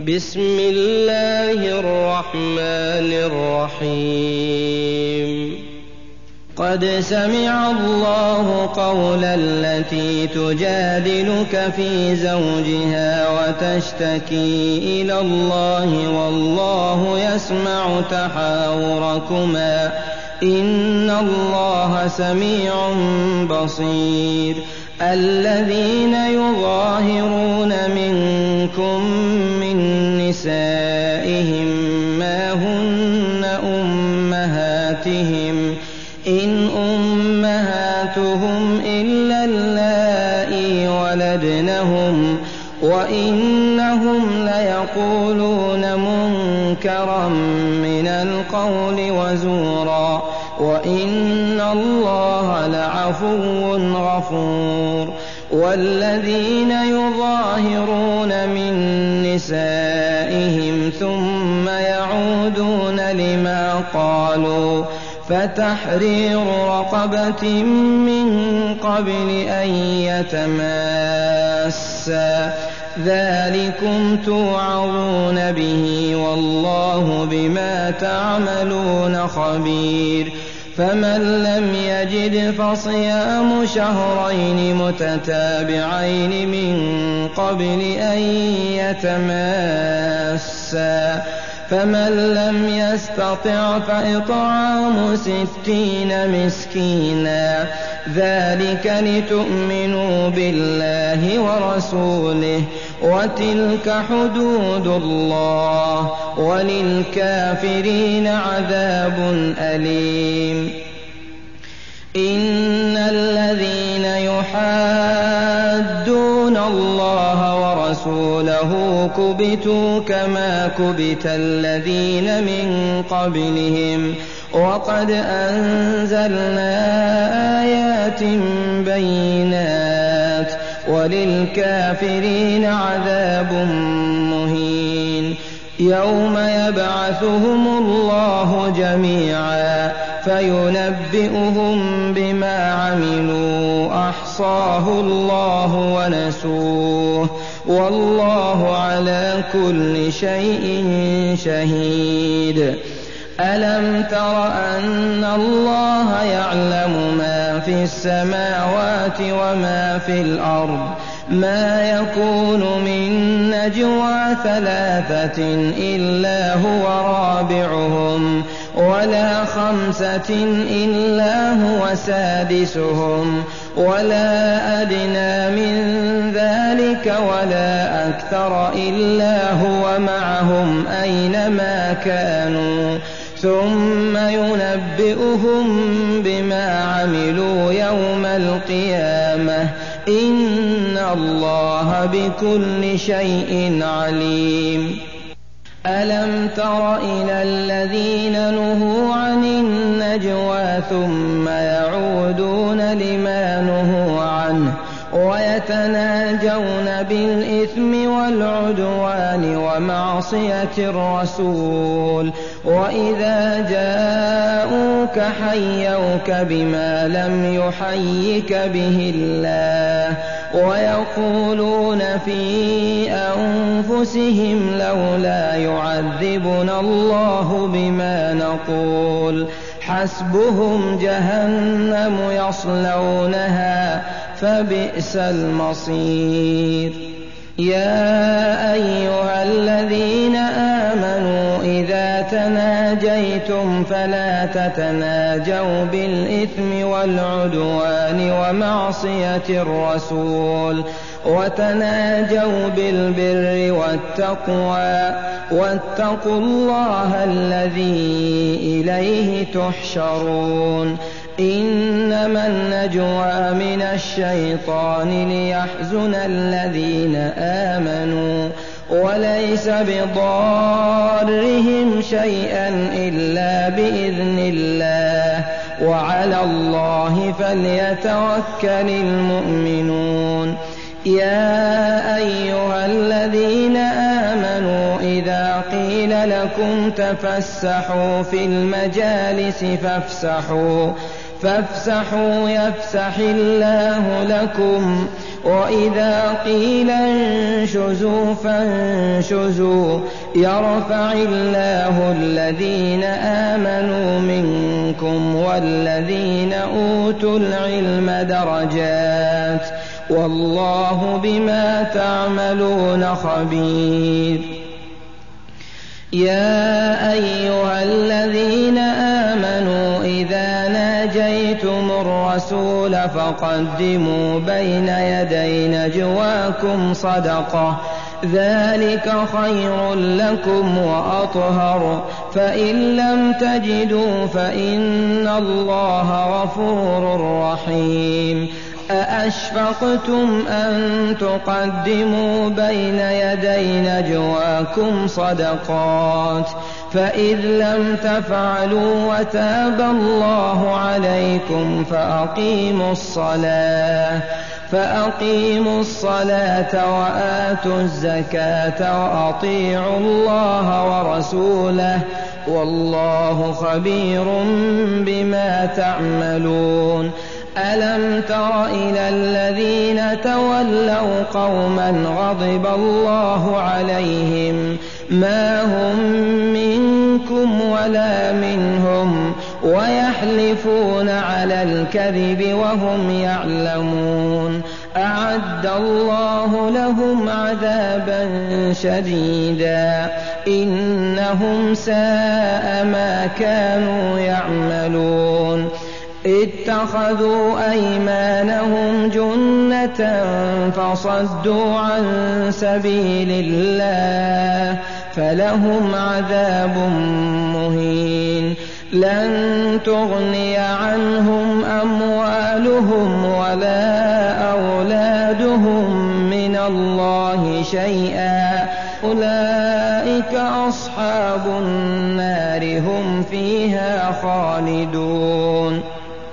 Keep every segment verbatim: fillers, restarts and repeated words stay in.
بسم الله الرحمن الرحيم قد سمع الله قول التي تجادلك في زوجها وتشتكي إلى الله والله يسمع تحاوركما إن الله سميع بصير الذين يظاهرون منكم من نسائهم ما هن أمهاتهم إن أمهاتهم إلا اللائي ولدنهم وإنهم ليقولون منكرا من القول وزورا وإن الله لعفو غفور والذين يظاهرون من نسائهم ثم يعودون لما قالوا فتحرير رقبة من قبل أن يتماسا ذلكم توعظون به والله بما تعملون خبير فمن لم يجد فصيام شهرين متتابعين من قبل أن يتماسا فمن لم يستطع فإطعام ستين مسكينا ذلك لتؤمنوا بالله ورسوله وتلك حدود الله وللكافرين عذاب أليم إن الذين يحادون الله ورسوله كبتوا كما كبت الذين من قبلهم وقد أنزلنا آيات بينات وللكافرين عذاب مهين يوم يبعثهم الله جميعا فينبئهم بما عملوا أحصاه الله ونسوه والله على كل شيء شهيد ألم تر أن الله يعلم ما في السماوات وما في الأرض ما يكون من نجوى ثلاثة إلا هو رابعهم ولا خمسة إلا هو سادسهم ولا أدنى من ذلك ولا أكثر إلا هو معهم أينما كانوا ثم ينبئهم بما عملوا يوم القيامة إن الله بكل شيء عليم ألم تر إلى الذين نهوا عن النجوى ثم يعودون لما نهوا عنه ويتناجون بالإثم والعدوان ومعصية الرسول وإذا جاءوك حيوك بما لم يحيك به الله ويقولون في أنفسهم لولا يعذبنا الله بما نقول حسبهم جهنم يصلونها فبئس المصير يا أيها الذين آمنوا إذا تناجيتم فلا تتناجوا بالإثم والعدوان ومعصية الرسول وتناجوا بالبر والتقوى واتقوا الله الذي إليه تحشرون إنما النجوى من الشيطان ليحزن الذين آمنوا وليس بضارهم شيئا إلا بإذن الله وعلى الله فليتوكل المؤمنون يا أيها الذين آمنوا إذا قيل لكم تفسحوا في المجالس فافسحوا فافسحوا يفسح الله لكم وإذا قيل انشزوا فانشزوا يرفع الله الذين آمنوا منكم والذين أوتوا العلم درجات والله بما تعملون خبير. يا أيها الذين آمنوا إذا ناجيتم الرسول فقدموا بين يدي نجواكم صدقة ذلك خير لكم وأطهر فإن لم تجدوا فإن الله غفور رحيم. أأشفقتم أن تقدموا بين يدي نجواكم صدقات فإذ لم تفعلوا وتاب الله عليكم فأقيموا الصلاة فأقيموا الصلاة وآتوا الزكاة وأطيعوا الله ورسوله والله خبير بما تعملون. ألم تر إلى الذين تولوا قوما غضب الله عليهم ما هم منكم ولا منهم ويحلفون على الكذب وهم يعلمون أعد الله لهم عذابا شديدا إنهم ساء ما كانوا يعملون. اتخذوا أيمانهم جنة فصدوا عن سبيل الله فلهم عذاب مهين. لن تغني عنهم أموالهم ولا أولادهم من الله شيئا أولئك أصحاب النار هم فيها خالدون.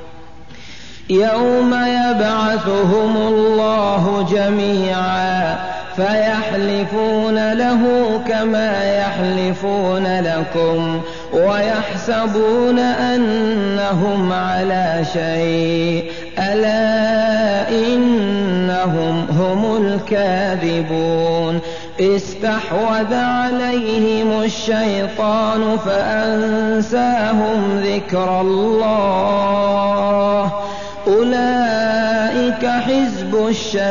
يوم يبعثهم الله جميعا فيحلفون له كما يحلفون لكم ويحسبون أنهم على شيء ألا إنهم هم الكاذبون. استحوذ عليهم الشيطان فأنساهم ذكر الله أولئك حزب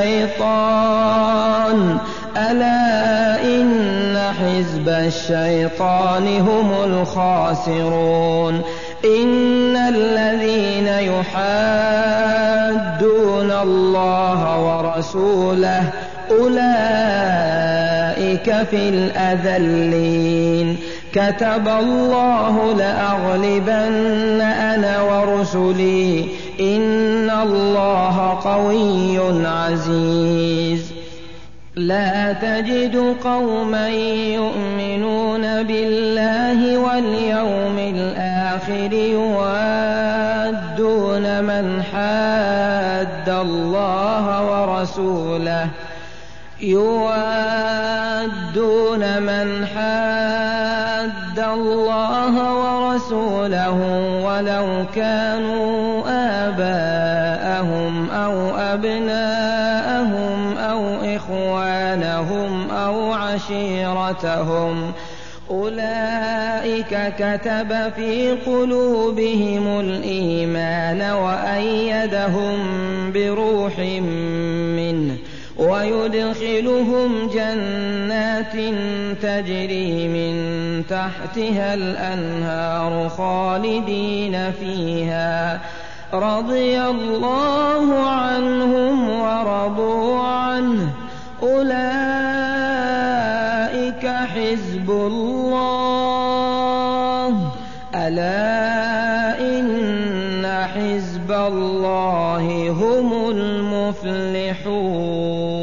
الشيطان ألا إن حزب الشيطان هم الخاسرون. إن الذين يحادون الله ورسوله أولئك في الأذلين. كتب الله لأغلبن أنا ورسلي إن الله قوي عزيز. لا تجد قوما يؤمنون بالله واليوم الآخر يوادون من حاد الله ورسوله يوادون من حاد الله ورسوله ولو كانوا آباءهم أو أبناءهم أو إخوانهم أو عشيرتهم أولئك كتب في قلوبهم الإيمان وأيدهم بروح منه ويدخلهم جنات تجري من تحتها الأنهار خالدين فيها رضي الله عنهم ورضوا عنه أولئك حزب الله ألا إن حزب الله هم المفلحون.